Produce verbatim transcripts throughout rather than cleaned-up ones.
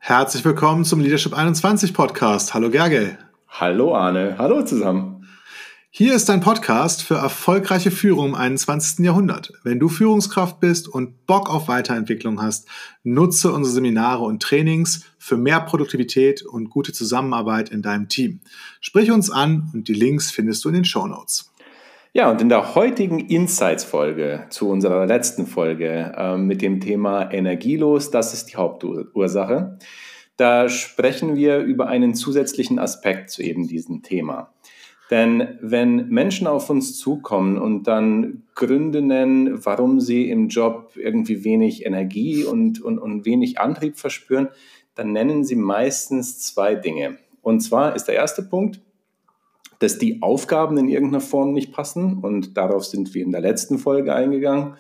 Herzlich willkommen zum Leadership einundzwanzig Podcast. Hallo Gergely. Hallo Arne, hallo zusammen. Hier ist dein Podcast für erfolgreiche Führung im einundzwanzigsten Jahrhundert. Wenn du Führungskraft bist und Bock auf Weiterentwicklung hast, nutze unsere Seminare und Trainings für mehr Produktivität und gute Zusammenarbeit in deinem Team. Sprich uns an und die Links findest du in den Shownotes. Ja, und in der heutigen Insights-Folge zu unserer letzten Folge äh, mit dem Thema Energielos, das ist die Hauptursache, da sprechen wir über einen zusätzlichen Aspekt zu eben diesem Thema. Denn wenn Menschen auf uns zukommen und dann Gründe nennen, warum sie im Job irgendwie wenig Energie und, und, und wenig Antrieb verspüren, dann nennen sie meistens zwei Dinge. Und zwar ist der erste Punkt, dass die Aufgaben in irgendeiner Form nicht passen, und darauf sind wir in der letzten Folge eingegangen.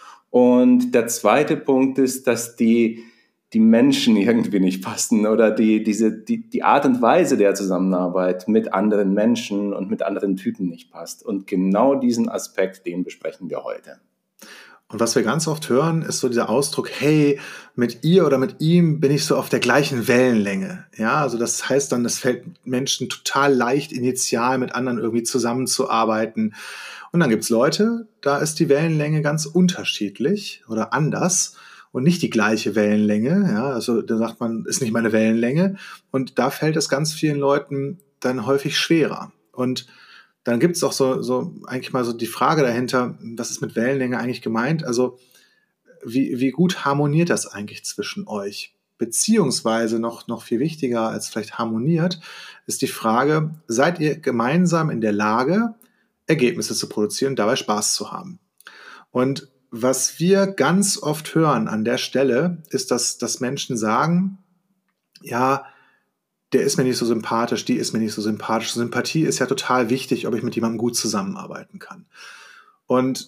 Und der zweite Punkt ist, dass die, die Menschen irgendwie nicht passen oder die, diese, die, die Art und Weise der Zusammenarbeit mit anderen Menschen und mit anderen Typen nicht passt. Und genau diesen Aspekt, den besprechen wir heute. Und was wir ganz oft hören, ist so dieser Ausdruck, hey, mit ihr oder mit ihm bin ich so auf der gleichen Wellenlänge. Ja, also das heißt dann, es fällt Menschen total leicht, initial mit anderen irgendwie zusammenzuarbeiten. Und dann gibt's Leute, da ist die Wellenlänge ganz unterschiedlich oder anders und nicht die gleiche Wellenlänge. Ja, also da sagt man, ist nicht meine Wellenlänge. Und da fällt es ganz vielen Leuten dann häufig schwerer. Und dann gibt es auch so, so eigentlich mal so die Frage dahinter, was ist mit Wellenlänge eigentlich gemeint? Also wie, wie gut harmoniert das eigentlich zwischen euch? Beziehungsweise noch, noch viel wichtiger als vielleicht harmoniert, ist die Frage, seid ihr gemeinsam in der Lage, Ergebnisse zu produzieren, dabei Spaß zu haben? Und was wir ganz oft hören an der Stelle, ist, dass, dass Menschen sagen, ja, der ist mir nicht so sympathisch, die ist mir nicht so sympathisch. Sympathie ist ja total wichtig, ob ich mit jemandem gut zusammenarbeiten kann. Und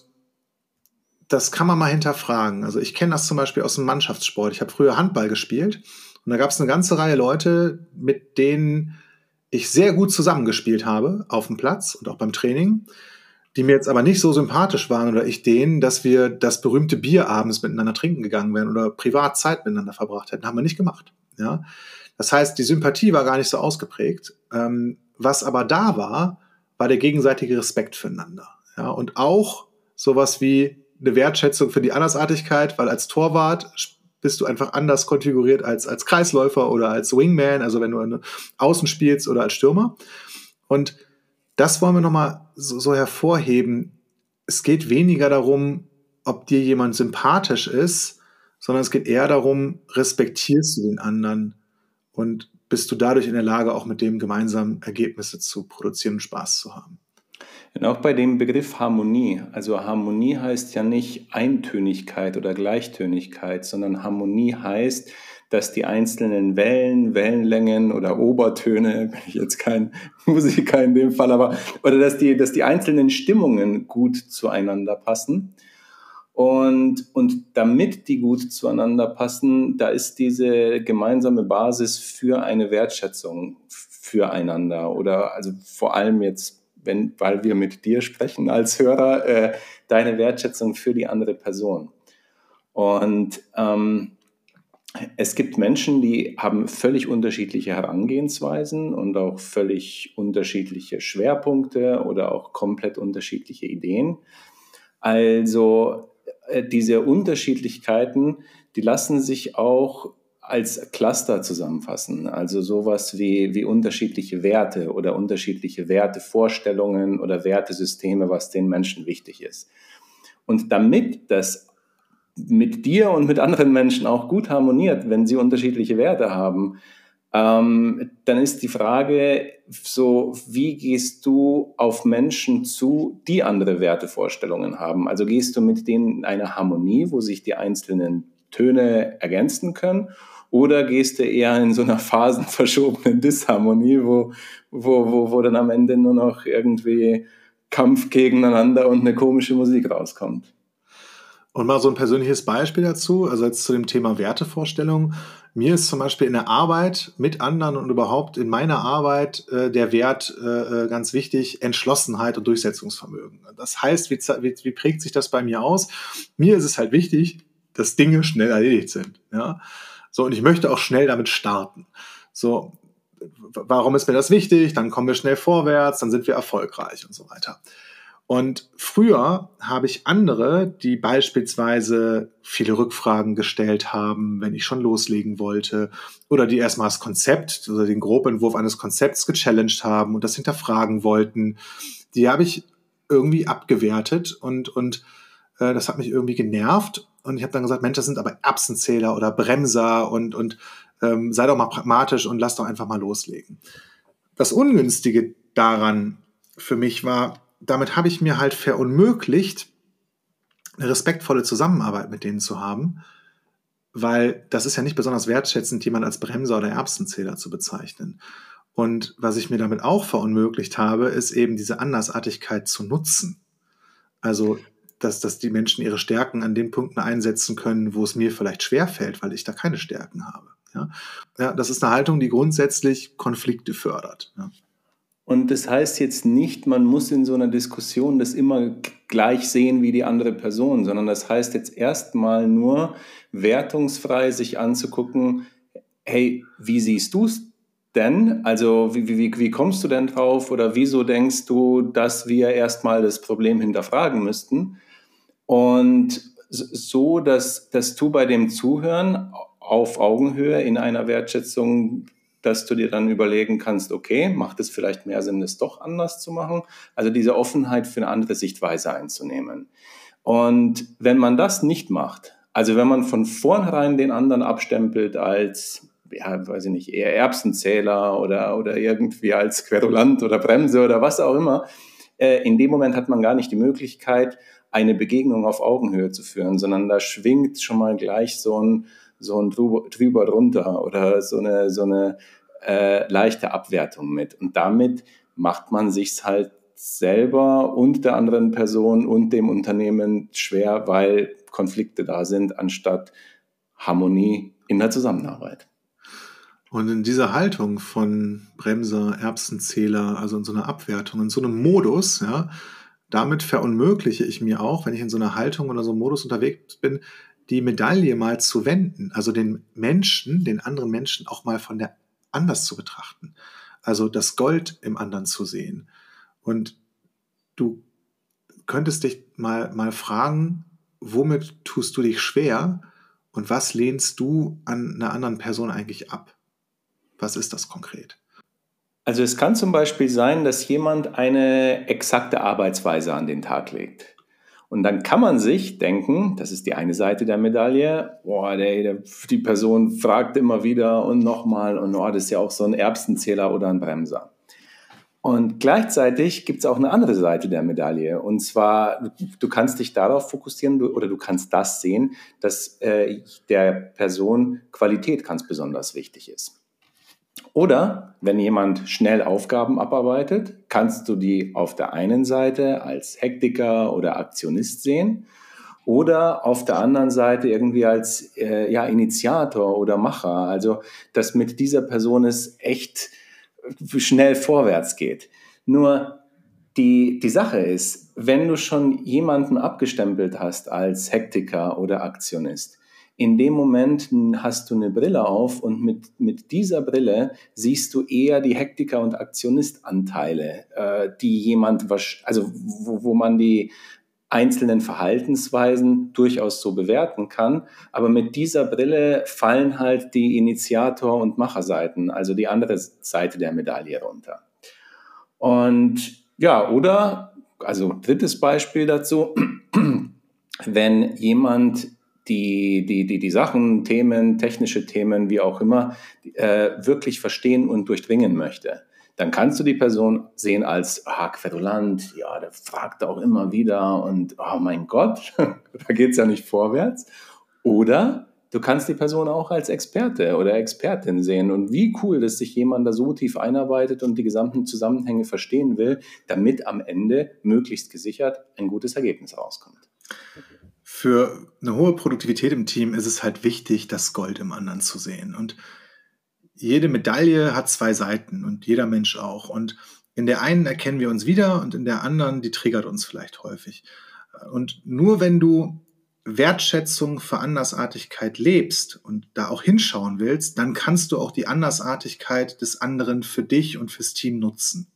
das kann man mal hinterfragen. Also ich kenne das zum Beispiel aus dem Mannschaftssport. Ich habe früher Handball gespielt und da gab es eine ganze Reihe Leute, mit denen ich sehr gut zusammengespielt habe auf dem Platz und auch beim Training, die mir jetzt aber nicht so sympathisch waren oder ich denen, dass wir das berühmte Bier abends miteinander trinken gegangen wären oder privat Zeit miteinander verbracht hätten. Haben wir nicht gemacht. Ja. Das heißt, die Sympathie war gar nicht so ausgeprägt. Ähm, was aber da war, war der gegenseitige Respekt füreinander. Ja, und auch sowas wie eine Wertschätzung für die Andersartigkeit, weil als Torwart bist du einfach anders konfiguriert als als Kreisläufer oder als Wingman, also wenn du eine Außen spielst oder als Stürmer. Und das wollen wir nochmal so, so hervorheben. Es geht weniger darum, ob dir jemand sympathisch ist, sondern es geht eher darum, respektierst du den anderen und bist du dadurch in der Lage, auch mit dem gemeinsam Ergebnisse zu produzieren und Spaß zu haben. Und auch bei dem Begriff Harmonie. Also Harmonie heißt ja nicht Eintönigkeit oder Gleichtönigkeit, sondern Harmonie heißt, dass die einzelnen Wellen, Wellenlängen oder Obertöne, bin ich jetzt kein Musiker in dem Fall, aber oder dass die, dass die einzelnen Stimmungen gut zueinander passen. Und, und damit die gut zueinander passen, da ist diese gemeinsame Basis für eine Wertschätzung füreinander oder also vor allem jetzt, wenn, weil wir mit dir sprechen als Hörer, äh, deine Wertschätzung für die andere Person. Und ähm, es gibt Menschen, die haben völlig unterschiedliche Herangehensweisen und auch völlig unterschiedliche Schwerpunkte oder auch komplett unterschiedliche Ideen. Also diese Unterschiedlichkeiten, die lassen sich auch als Cluster zusammenfassen. Also sowas wie, wie unterschiedliche Werte oder unterschiedliche Wertevorstellungen oder Wertesysteme, was den Menschen wichtig ist. Und damit das mit dir und mit anderen Menschen auch gut harmoniert, wenn sie unterschiedliche Werte haben, Ähm, dann ist die Frage so, wie gehst du auf Menschen zu, die andere Wertevorstellungen haben? Also gehst du mit denen in eine Harmonie, wo sich die einzelnen Töne ergänzen können? Oder gehst du eher in so einer phasenverschobenen Disharmonie, wo, wo, wo, wo dann am Ende nur noch irgendwie Kampf gegeneinander und eine komische Musik rauskommt? Und mal so ein persönliches Beispiel dazu, also jetzt zu dem Thema Wertevorstellung. Mir ist zum Beispiel in der Arbeit mit anderen und überhaupt in meiner Arbeit äh, der Wert äh, ganz wichtig, Entschlossenheit und Durchsetzungsvermögen. Das heißt, wie, wie, wie prägt sich das bei mir aus? Mir ist es halt wichtig, dass Dinge schnell erledigt sind. Ja? So, und ich möchte auch schnell damit starten. So, warum ist mir das wichtig? Dann kommen wir schnell vorwärts, dann sind wir erfolgreich und so weiter. Und früher habe ich andere, die beispielsweise viele Rückfragen gestellt haben, wenn ich schon loslegen wollte, oder die erstmal das Konzept oder den Grobentwurf eines Konzepts gechallenged haben und das hinterfragen wollten, die habe ich irgendwie abgewertet und, und äh, das hat mich irgendwie genervt. Und ich habe dann gesagt, Mensch, das sind aber Erbsenzähler oder Bremser und, und ähm, sei doch mal pragmatisch und lass doch einfach mal loslegen. Das Ungünstige daran für mich war, damit habe ich mir halt verunmöglicht, eine respektvolle Zusammenarbeit mit denen zu haben, weil das ist ja nicht besonders wertschätzend, jemand als Bremser oder Erbsenzähler zu bezeichnen. Und was ich mir damit auch verunmöglicht habe, ist eben diese Andersartigkeit zu nutzen. Also, dass, dass die Menschen ihre Stärken an den Punkten einsetzen können, wo es mir vielleicht schwerfällt, weil ich da keine Stärken habe. Ja, ja, das ist eine Haltung, die grundsätzlich Konflikte fördert. Ja. Und das heißt jetzt nicht, man muss in so einer Diskussion das immer gleich sehen wie die andere Person, sondern das heißt jetzt erstmal nur wertungsfrei sich anzugucken, hey, wie siehst du es denn? Also wie, wie, wie kommst du denn drauf oder wieso denkst du, dass wir erstmal das Problem hinterfragen müssten? Und so, dass, dass du bei dem Zuhören auf Augenhöhe in einer Wertschätzung, dass du dir dann überlegen kannst, okay, macht es vielleicht mehr Sinn, das doch anders zu machen? Also diese Offenheit für eine andere Sichtweise einzunehmen. Und wenn man das nicht macht, also wenn man von vornherein den anderen abstempelt als, ja, weiß ich nicht, eher Erbsenzähler oder, oder irgendwie als Querulant oder Bremse oder was auch immer, äh, in dem Moment hat man gar nicht die Möglichkeit, eine Begegnung auf Augenhöhe zu führen, sondern da schwingt schon mal gleich so ein, so ein drüber, drüber drunter oder so eine, so eine äh, leichte Abwertung mit. Und damit macht man sich's halt selber und der anderen Person und dem Unternehmen schwer, weil Konflikte da sind, anstatt Harmonie in der Zusammenarbeit. Und in dieser Haltung von Bremser, Erbsenzähler, also in so einer Abwertung, in so einem Modus, ja, damit verunmögliche ich mir auch, wenn ich in so einer Haltung oder so einem Modus unterwegs bin, die Medaille mal zu wenden, also den Menschen, den anderen Menschen auch mal von der anders zu betrachten. Also das Gold im anderen zu sehen. Und du könntest dich mal, mal fragen, womit tust du dich schwer und was lehnst du an einer anderen Person eigentlich ab? Was ist das konkret? Also es kann zum Beispiel sein, dass jemand eine exakte Arbeitsweise an den Tag legt. Und dann kann man sich denken, das ist die eine Seite der Medaille, boah, der, der, die Person fragt immer wieder und nochmal und oh, das ist ja auch so ein Erbsenzähler oder ein Bremser. Und gleichzeitig gibt es auch eine andere Seite der Medaille. Und zwar, du kannst dich darauf fokussieren oder du kannst das sehen, dass äh, der Person Qualität ganz besonders wichtig ist. Oder wenn jemand schnell Aufgaben abarbeitet, kannst du die auf der einen Seite als Hektiker oder Aktionist sehen oder auf der anderen Seite irgendwie als äh, ja, Initiator oder Macher. Also, dass mit dieser Person es echt schnell vorwärts geht. Nur die, die Sache ist, wenn du schon jemanden abgestempelt hast als Hektiker oder Aktionist, in dem Moment hast du eine Brille auf und mit, mit dieser Brille siehst du eher die Hektiker- und Aktionistanteile, äh, die jemand, also wo, wo man die einzelnen Verhaltensweisen durchaus so bewerten kann. Aber mit dieser Brille fallen halt die Initiator- und Macherseiten, also die andere Seite der Medaille runter. Und ja, oder, also drittes Beispiel dazu, wenn jemand die, die, die, die Sachen, Themen, technische Themen, wie auch immer, äh, wirklich verstehen und durchdringen möchte, dann kannst du die Person sehen als, ah, Querulant, ja, der fragt auch immer wieder und, oh mein Gott, da geht es ja nicht vorwärts. Oder du kannst die Person auch als Experte oder Expertin sehen und wie cool, dass sich jemand da so tief einarbeitet und die gesamten Zusammenhänge verstehen will, damit am Ende möglichst gesichert ein gutes Ergebnis rauskommt. Für eine hohe Produktivität im Team ist es halt wichtig, das Gold im anderen zu sehen. Und jede Medaille hat zwei Seiten und jeder Mensch auch. Und in der einen erkennen wir uns wieder und in der anderen, die triggert uns vielleicht häufig. Und nur wenn du Wertschätzung für Andersartigkeit lebst und da auch hinschauen willst, dann kannst du auch die Andersartigkeit des anderen für dich und fürs Team nutzen.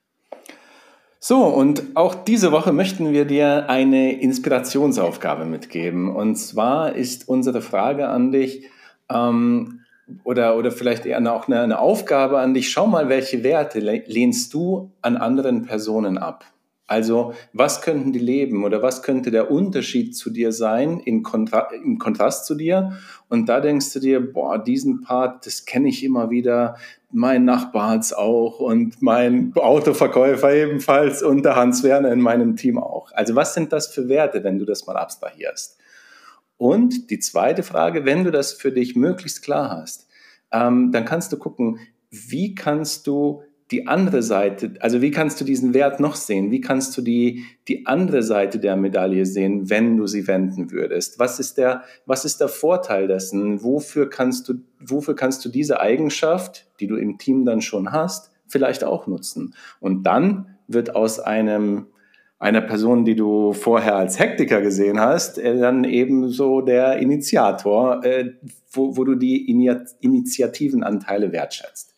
So, und auch diese Woche möchten wir dir eine Inspirationsaufgabe mitgeben. Und zwar ist unsere Frage an dich, ähm, oder, oder vielleicht eher auch eine, eine Aufgabe an dich, schau mal, welche Werte lehnst du an anderen Personen ab? Also, was könnten die leben oder was könnte der Unterschied zu dir sein in Kontra- im Kontrast zu dir? Und da denkst du dir, boah, diesen Part, das kenne ich immer wieder, mein Nachbar hat's auch und mein Autoverkäufer ebenfalls und der Hans Werner in meinem Team auch. Also, was sind das für Werte, wenn du das mal abstrahierst? Und die zweite Frage, wenn du das für dich möglichst klar hast, ähm, dann kannst du gucken, wie kannst du die andere Seite, also wie kannst du diesen Wert noch sehen? Wie kannst du die, die andere Seite der Medaille sehen, wenn du sie wenden würdest? Was ist der, was ist der Vorteil dessen? Wofür kannst du, wofür kannst du diese Eigenschaft, die du im Team dann schon hast, vielleicht auch nutzen? Und dann wird aus einem einer Person, die du vorher als Hektiker gesehen hast, äh, dann eben so der Initiator, äh, wo, wo du die Initiativenanteile wertschätzt.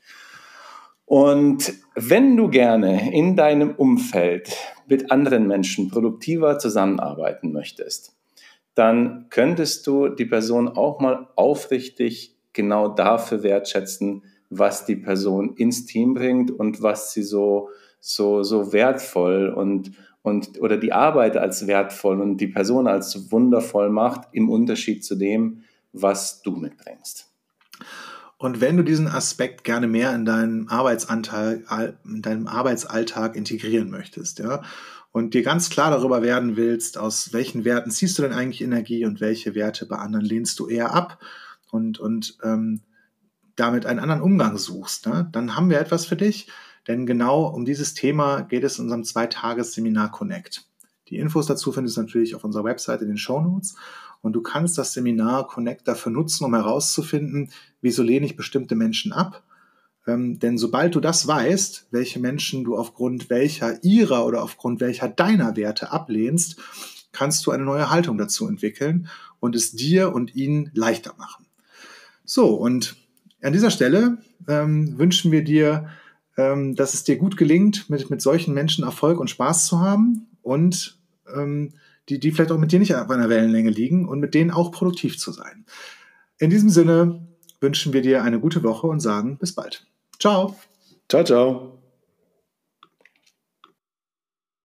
Und wenn du gerne in deinem Umfeld mit anderen Menschen produktiver zusammenarbeiten möchtest, dann könntest du die Person auch mal aufrichtig genau dafür wertschätzen, was die Person ins Team bringt und was sie so, so, so wertvoll und, und oder die Arbeit als wertvoll und die Person als wundervoll macht, im Unterschied zu dem, was du mitbringst. Und wenn du diesen Aspekt gerne mehr in deinem Arbeitsanteil, in deinem Arbeitsalltag integrieren möchtest, ja, und dir ganz klar darüber werden willst, aus welchen Werten ziehst du denn eigentlich Energie und welche Werte bei anderen lehnst du eher ab und, und ähm, damit einen anderen Umgang suchst, ne, dann haben wir etwas für dich, denn genau um dieses Thema geht es in unserem Zweitages-Seminar Connect. Die Infos dazu findest du natürlich auf unserer Website in den Shownotes. Und du kannst das Seminar Connect dafür nutzen, um herauszufinden, wieso lehne ich bestimmte Menschen ab. Ähm, denn sobald du das weißt, welche Menschen du aufgrund welcher ihrer oder aufgrund welcher deiner Werte ablehnst, kannst du eine neue Haltung dazu entwickeln und es dir und ihnen leichter machen. So, und an dieser Stelle ähm, wünschen wir dir, ähm, dass es dir gut gelingt, mit, mit solchen Menschen Erfolg und Spaß zu haben und ähm, Die, die vielleicht auch mit dir nicht auf einer Wellenlänge liegen und mit denen auch produktiv zu sein. In diesem Sinne wünschen wir dir eine gute Woche und sagen bis bald. Ciao. Ciao, ciao.